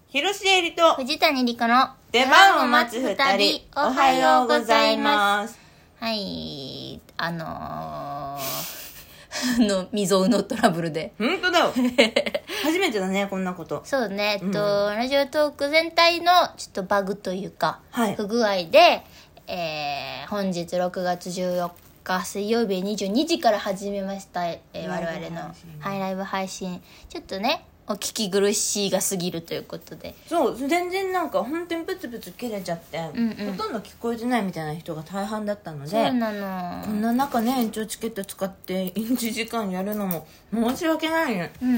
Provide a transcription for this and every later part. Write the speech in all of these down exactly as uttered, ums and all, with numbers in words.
広瀬えりと藤谷莉子の出番を待つ二人、おはようございます。 はい、あのー、あの未曾有のトラブルで本当だよ初めてだねこんなこと。 そうね、えっと、うん、ラジオトーク全体のちょっとバグというか、 はい、 不具合で、えー、本日ろくがつじゅうよっか水曜日にじゅうにじから始めました、えー、我々のハイライブ配信、ちょっとねお聞き苦しいが過ぎるということで、 そう全然なんか本当にプツプツ切れちゃって、うんうん、ほとんど聞こえてないみたいな人が大半だったので、 そうなの。 こんな中ね延長チケット使っていちじかんやるのも申し訳ないし、うんうん、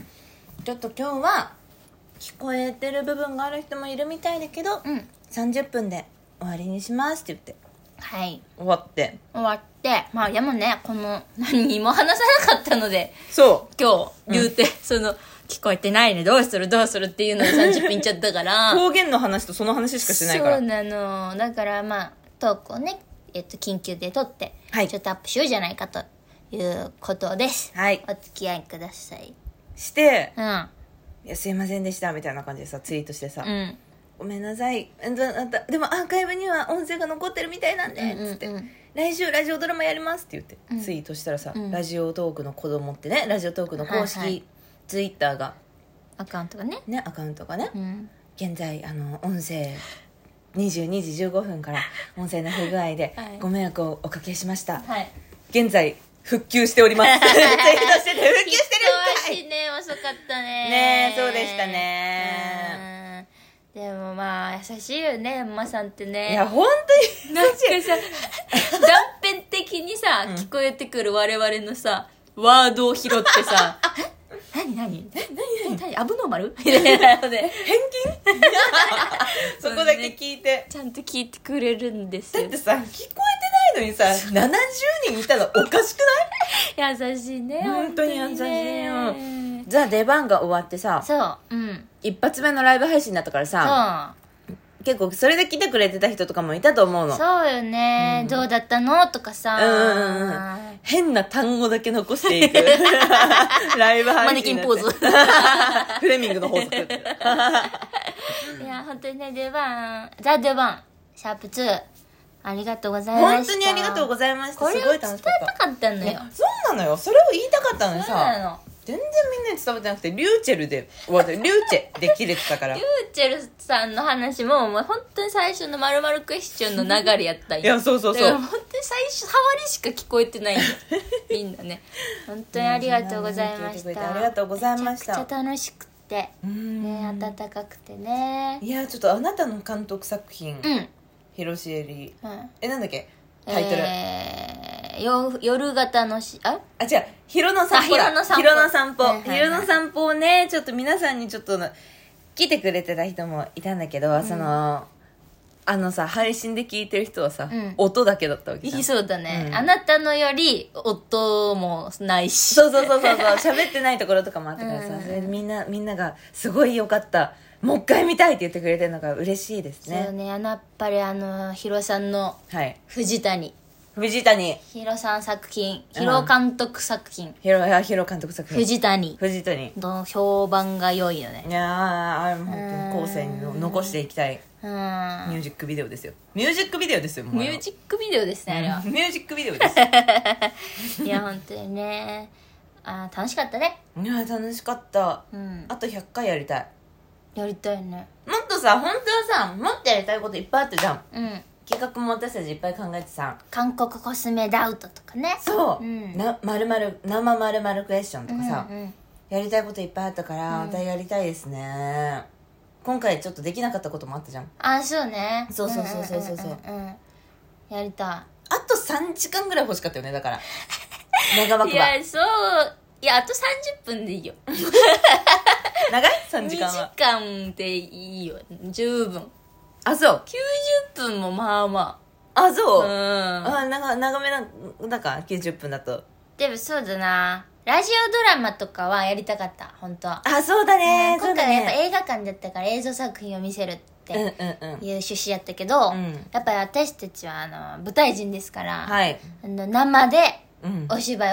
ちょっと今日は聞こえてる部分がある人もいるみたいだけど、うん、さんじゅっぷんで終わりにしますって言ってはい終わって終わってまあでもねこの何も話さなかったので、 そう今日言うて、うん、その聞こえてないねどうするどうするっていうのでさんじゅっぷんいっちゃったから方言の話とその話しかしてないから。 そうなの。だからまあトークをね、えっと、緊急で撮って、はい、ちょっとアップしようじゃないかということです。 はい、 お付き合いくださいして、 うん、 いやすいませんでしたみたいな感じでさツイートしてさ、 うん、 ごめんなさいでもアーカイブには音声が残ってるみたいなんで、うんうんうん、つって来週ラジオドラマやりますって言ってツイートしたらさ、うん、ラジオトークの子供ってねラジオトークの公式、はいはい、ツイッターがアカウントがねねアカウントがね、 うん、 現在あの音声にじゅうにじじゅうごふんから音声の不具合でご迷惑をおかけしました、はい、現在復旧しておりますツイートしてて復旧してるんかい。 一足ね遅かったね。 ねそうでしたね。 でもまあ優しいよねマさんってね。 いや本当になんかさ断片的にさ、うん、聞こえてくる我々のさワードを拾ってさ何何何何アブノーマルみたいなので返金そこだけ聞いて、 ね、ちゃんと聞いてくれるんですよ。 だってさ聞こえてないのにさななじゅうにんいたらおかしくない？優しいね本当に優しいよ。じゃあ出番が終わってさそう、うん、 一発目のライブ配信だったからさ結構それで来てくれてた人とかもいたと思うの。 そうよね、うん、どうだったのとかさ、 うんうんうん、変な単語だけ残していくライブ配信マネキンポーズフレミングの法則いや本当にね出番ザ出番シャープツーありがとうございました。 本当にありがとうございました。 これを伝えたかったのよ。 そうなのよそれを言いたかったのにさ全然みんなに伝わってなくてリューチェルで終わってリューチェで切れてたからリューチェルさんの話ももう本当に最初の〇〇クエスチョンの流れやったんいやそうそうそうだから本当に最初触りしか聞こえてないんだみんなね本当にありがとうございました。 ありがとうございました。 めちゃくちゃ楽しくてね温かくてね。 いやちょっとあなたの監督作品、うん、広瀬えり、うん、えなんだっけタイトル、 えー、よ夜型のしああ違う昼の散歩だ。 昼の散歩昼の散歩をねちょっと皆さんにちょっと来てくれてた人もいたんだけど、うん、そのあのさ配信で聞いてる人はさ、うん、音だけだったわけじゃん。 そうだね、うん、あなたのより音もないしそうそうそうそう喋ってないところとかもあったからさ、うん、それでみんなみんながすごいよかったもう一回見たいって言ってくれてるのが嬉しいですね。 そうねやっぱりあのヒロさんの藤谷、はい藤谷ヒロさん作品ヒロ監督作品ヒロヒロ監督作品藤谷藤谷の評判が良いよね。 いやあれ本当に後世に残していきたいミュージックビデオですよ。ミュージックビデオですよ。もうミュージックビデオですねあれはミュージックビデオですいや本当にねあ楽しかったね。 いや楽しかった、うん、あとひゃっかいやりたいやりたいね。もっとさ本当はさもっとやりたいこといっぱいあったじゃん。うん企画も私たちいっぱい考えてさ韓国コスメダウトとかねそう、うん、な〇〇生〇〇クエスチョンとかさ、うんうん、やりたいこといっぱいあったから、うん、またやりたいですね。今回ちょっとできなかったこともあったじゃん。 あそうねそうそうそうそうそうそう、 うんうんうん、やりたい。あとさんじかんぐらい欲しかったよねだから長枠はいやそういやあとさんじゅっぷんでいいよ長いさんじかんはにじかんでいいよ十分。 あそうきゅうじゅっぷんもまあまああそう、 うん、 あ長長めななんかきゅうじゅっぷんだと。 でもそうだなラジオドラマとかはやりたかった本当は。 あそうだね、 うん、今回はやっぱ映画館だったから映像作品を見せるっていう趣旨やったけど、うんうんうん、やっぱり私たちはあの舞台人ですから、はい、あの生でお芝居を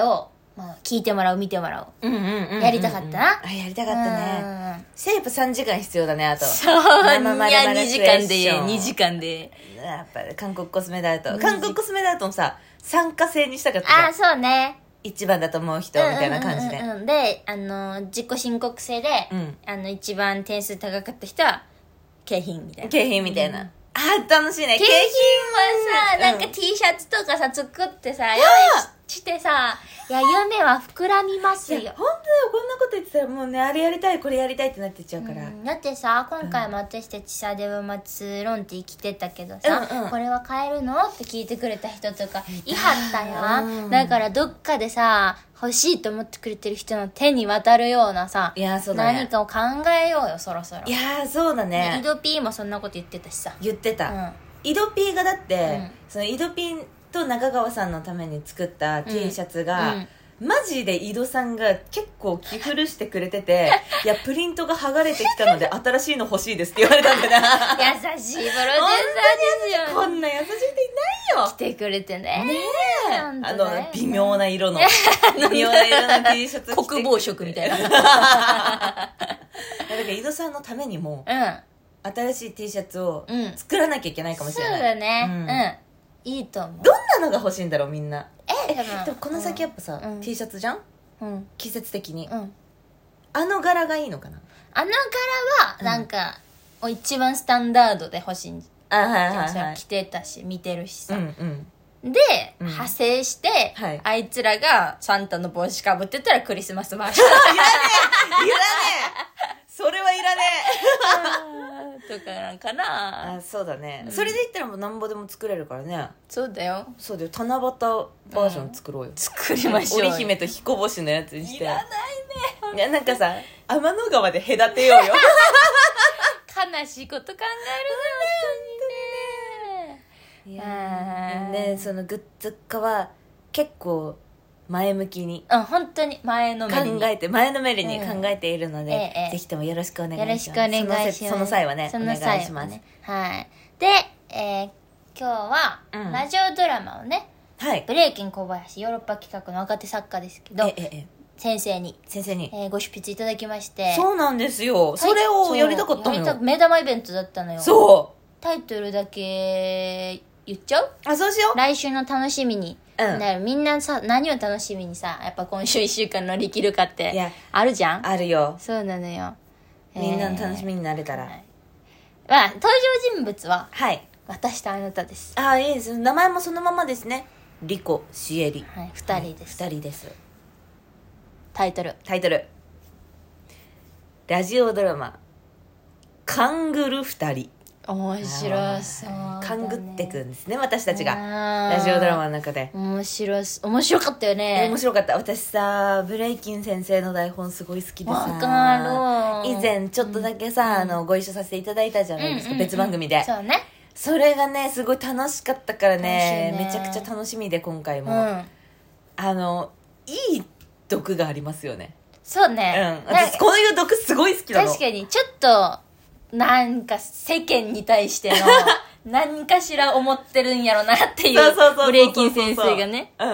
まあ、聞いてもらう見てもらう、 うんうんうんうん、 やりたかったな。 あ、やりたかったね。シェイプさんじかん必要だね、あと。 そう、いやにじかんでにじかんでやっぱり韓国コスメダート、韓国コスメダートもさ、参加制にしたかったじゃん。 あ、そうね、 一番だと思う人みたいな感じで、 うんうんうんうん、で、あの自己申告制で、うん、あの一番点数高かった人は景品みたいな、 景品みたいな、うん、あ、楽しいね。 景品はさ、なんか T シャツとかさ作ってさ、用意してさ、いや、夢は膨らみますよ。いや、 本当だよ。こんなこと言ってたらもうね、あれやりたいこれやりたいってなってっちゃうから、うん、 だってさ、今回も私たちさ、デブマツロンティ来てたけどさ、うんうん、これは買えるのって聞いてくれた人とかいはったや、うん、だからどっかでさ、欲しいと思ってくれてる人の手に渡るようなさ、 いや、そうだね、 何かを考えようよ、そろそろ。 いや、そうだね。 イドピーもそんなこと言ってたしさ。 言ってた、うん、イドピーがだって、うん、そのイドピーと中川さんのために作った T シャツが、うんうん、マジで井戸さんが結構着古してくれてていや、プリントが剥がれてきたので新しいの欲しいですって言われたんだな優しいプロデューサーですよ。 こんな優しい人いないよ。 来てくれてね。ねえ、あの微妙な色の微妙な色の T シャツ着て国防色みたいなだから井戸さんのためにも、 うん、 新しい T シャツを作らなきゃいけないかもしれない、うん、 そうだね、うん、うんいいと思う。 どんなのが欲しいんだろう、みんな。 え、 でもこの先やっぱさ、うん、T シャツじゃん、うん、季節的に、うん、あの柄がいいのかな。 あの柄はなんか、うん、一番スタンダードで欲しいんじゃん。あ、はいはいはい、着てたし見てるしさ、うんうん、で、うん、派生して、はい、あいつらがサンタの帽子かぶってたらクリスマスマーケットいらねえいらねえそれはいらねえとかなんかなあ。そうだね、うん、それで言ったらもうなんぼでも作れるからね。 そうだよ、 そうだよ。七夕バージョン作ろうよ、うん、 作りましょう。 織姫と彦星のやつにして。 いらないね。 いや、なんかさ、天の川で隔てようよ悲しいこと考えるね。いやーね、そのグッズ化は結構前向きに、 うん、本当に前のめりに考えて前のめりに考えているので、うんええ、ぜひともよろしくお願いします。 よろしくお願いします。 その際はね、 その際はね、お願いします。はい。で、えー、今日は、うん、ラジオドラマをね、はい、ブレイキン小林ヨーロッパ企画の若手作家ですけど、ええ、先生に先生に、 えー、ご執筆いただきまして。 そうなんですよ。それをやりたかったのよ。 目玉イベントだったのよ。 そう。 タイトルだけ言っちゃう？ あ、そうしよう。 来週の楽しみに。うん、だからみんなさ、何を楽しみにさ、やっぱ今週いっしゅうかん乗り切るかってあるじゃん。 あるよ。 そうなのよ。 みんなの楽しみになれたら、 えー、まあ登場人物は、 はい、 私とあなたです。 ああ、いいです。名前もそのままですね。リコ、シエリ、 はい、ふたりです、 はい、ふたりです。 タイトルタイトルラジオドラマカングルふたり。 面白そう、ね、 勘ぐってくんですね、私たちがラジオドラマの中で。 面白す面白かったよね。 面白かった。私さ、ブレイキン先生の台本すごい好きでさ、 わかる。 以前ちょっとだけさ、うん、あのご一緒させていただいたじゃないですか、うんうんうん、別番組で。 そうね。 それがねすごい楽しかったからね、めちゃくちゃ楽しみで今回も、うん、あのいい毒がありますよね。 そうね、 うん、私こういう毒すごい好きなの。 確かにちょっとなんか世間に対しての何かしら思ってるんやろなっていうブレイキン先生がね、 うん、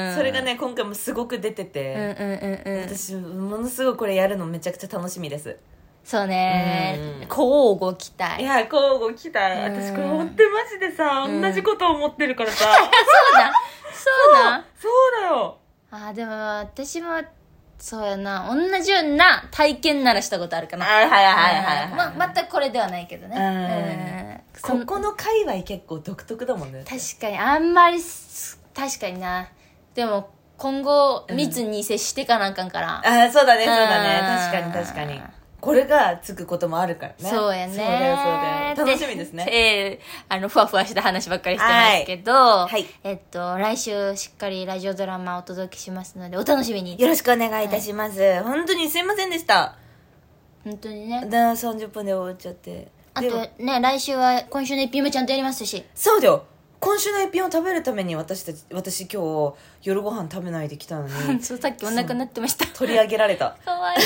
それがね今回もすごく出てて、うんうんうんうん、私ものすごいこれやるのめちゃくちゃ楽しみです。 そうね、うん、交互期待。 いや交互期待、うん、私これ本当にマジでさ、うん、同じこと思ってるからさそうだそうだそうだよ。 あでも私もそうやな、同じような体験ならしたことあるかな。 はいはいはいはい、 はい、ま、全くこれではないけどね、 うん、ここの界隈結構独特だもんね。 確かにあんまり確かにな。でも今後密に接していかなあかんから、 うん、あそうだねそうだね、確かに確かにこれがつくこともあるからね。 そうやね。 そうだよそうだよ。楽しみですね。 えー、あのふわふわした話ばっかりしてますけど、はいはい、えっと来週しっかりラジオドラマをお届けしますのでお楽しみに。 よろしくお願いいたします。はい、本当にすいませんでした。 本当にね。 ださんじゅっぷんで終わっちゃって。 あとね来週は今週の一品もちゃんとやりますし。 そうだよ。今週の一品を食べるために私たち私今日夜ご飯食べないで来たのにそうさっきお腹鳴ってました。 取り上げられた。 かわいい。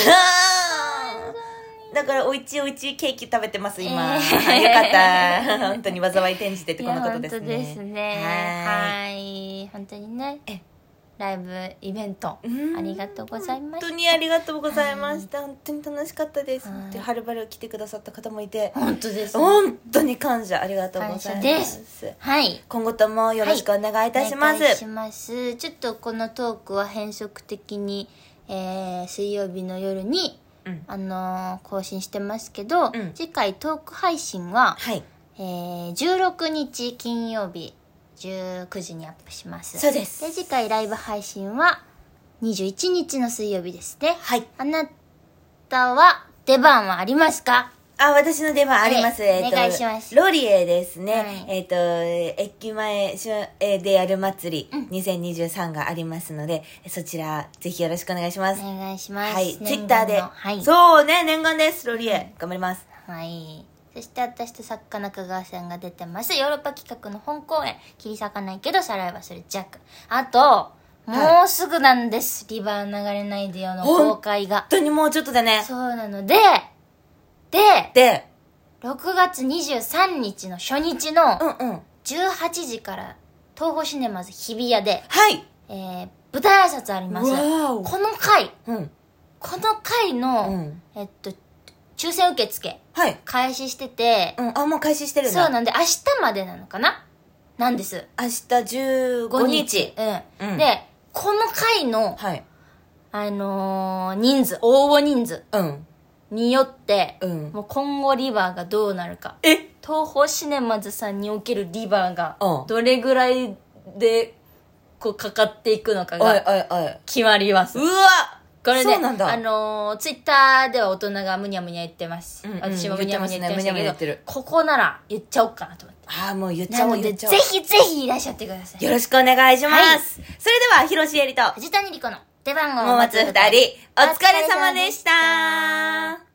だからおいちいおいちいケーキ食べてます今、えー、よかった本当に災い転じてってこんなことですね。 本当ですね。はい、はい本当にね。えライブイベントありがとうございました。 本当にありがとうございました、はい、本当に楽しかったです、 はい、 ではるばる来てくださった方もいて本当です、 ね、本当に感謝ありがとうございます。 はい、 今後ともよろしくお願いいたします、はい、 お願いします。ちょっとこのトークは変則的に、えー、水曜日の夜に、うん、あのー、更新してますけど、うん、次回トーク配信は、はい、えー、じゅうろくにち金曜日じゅうくじにアップします。 そうです。 で次回ライブ配信はにじゅういちにちの水曜日ですね。 はい。 あなたは出番はありますか？ あ、私の出番あります。 えー、お願いします。 ロリエですね。はい、えっ、ー、と、駅前でやる祭り、うん、にせんにじゅうさんがありますので、そちら、ぜひよろしくお願いします。 お願いします。 はい。ツイッターで。 はい。 そうね、念願です、ロリエ。うん、頑張ります。 はい。そして私と作家中川さんが出てますヨーロッパ企画の本公演切り裂かないけどさらいはするジャック。あともうすぐなんです、はい、リバー流れないでよの公開が本当にもうちょっとでね。 そうなのでででろくがつにじゅうさんにちの初日のじゅうはちじから東宝シネマズ日比谷で、 はい、 えー、舞台挨拶あります。この回、うん、この回の、うん、えっと抽選受付、はい、開始してて、 うん、あ、もう開始してるんだ。 そうなんで、明日までなのかななんです。 明日じゅうごにち。 うん。うん、で、この回の、はい、あのー、人数、応募人数によって、うん、もう今後リバーがどうなるか。 え東宝シネマズさんにおけるリバーが、どれぐらいで、こう、かかっていくのかが、決まります。 うわこれで、あのー、ツイッターでは大人がむにゃむにゃ言ってます。うんうん、私もむにゃむにゃ言ってましたけど、ね、ここなら言っちゃおうかなと思って。 ああ、もう言っちゃおう、言っちゃおう。 ぜひぜひいらっしゃってください。 よろしくお願いします。はい、それでは、広瀬えりと藤谷莉子の出番を待つ二人、お疲れ様でした。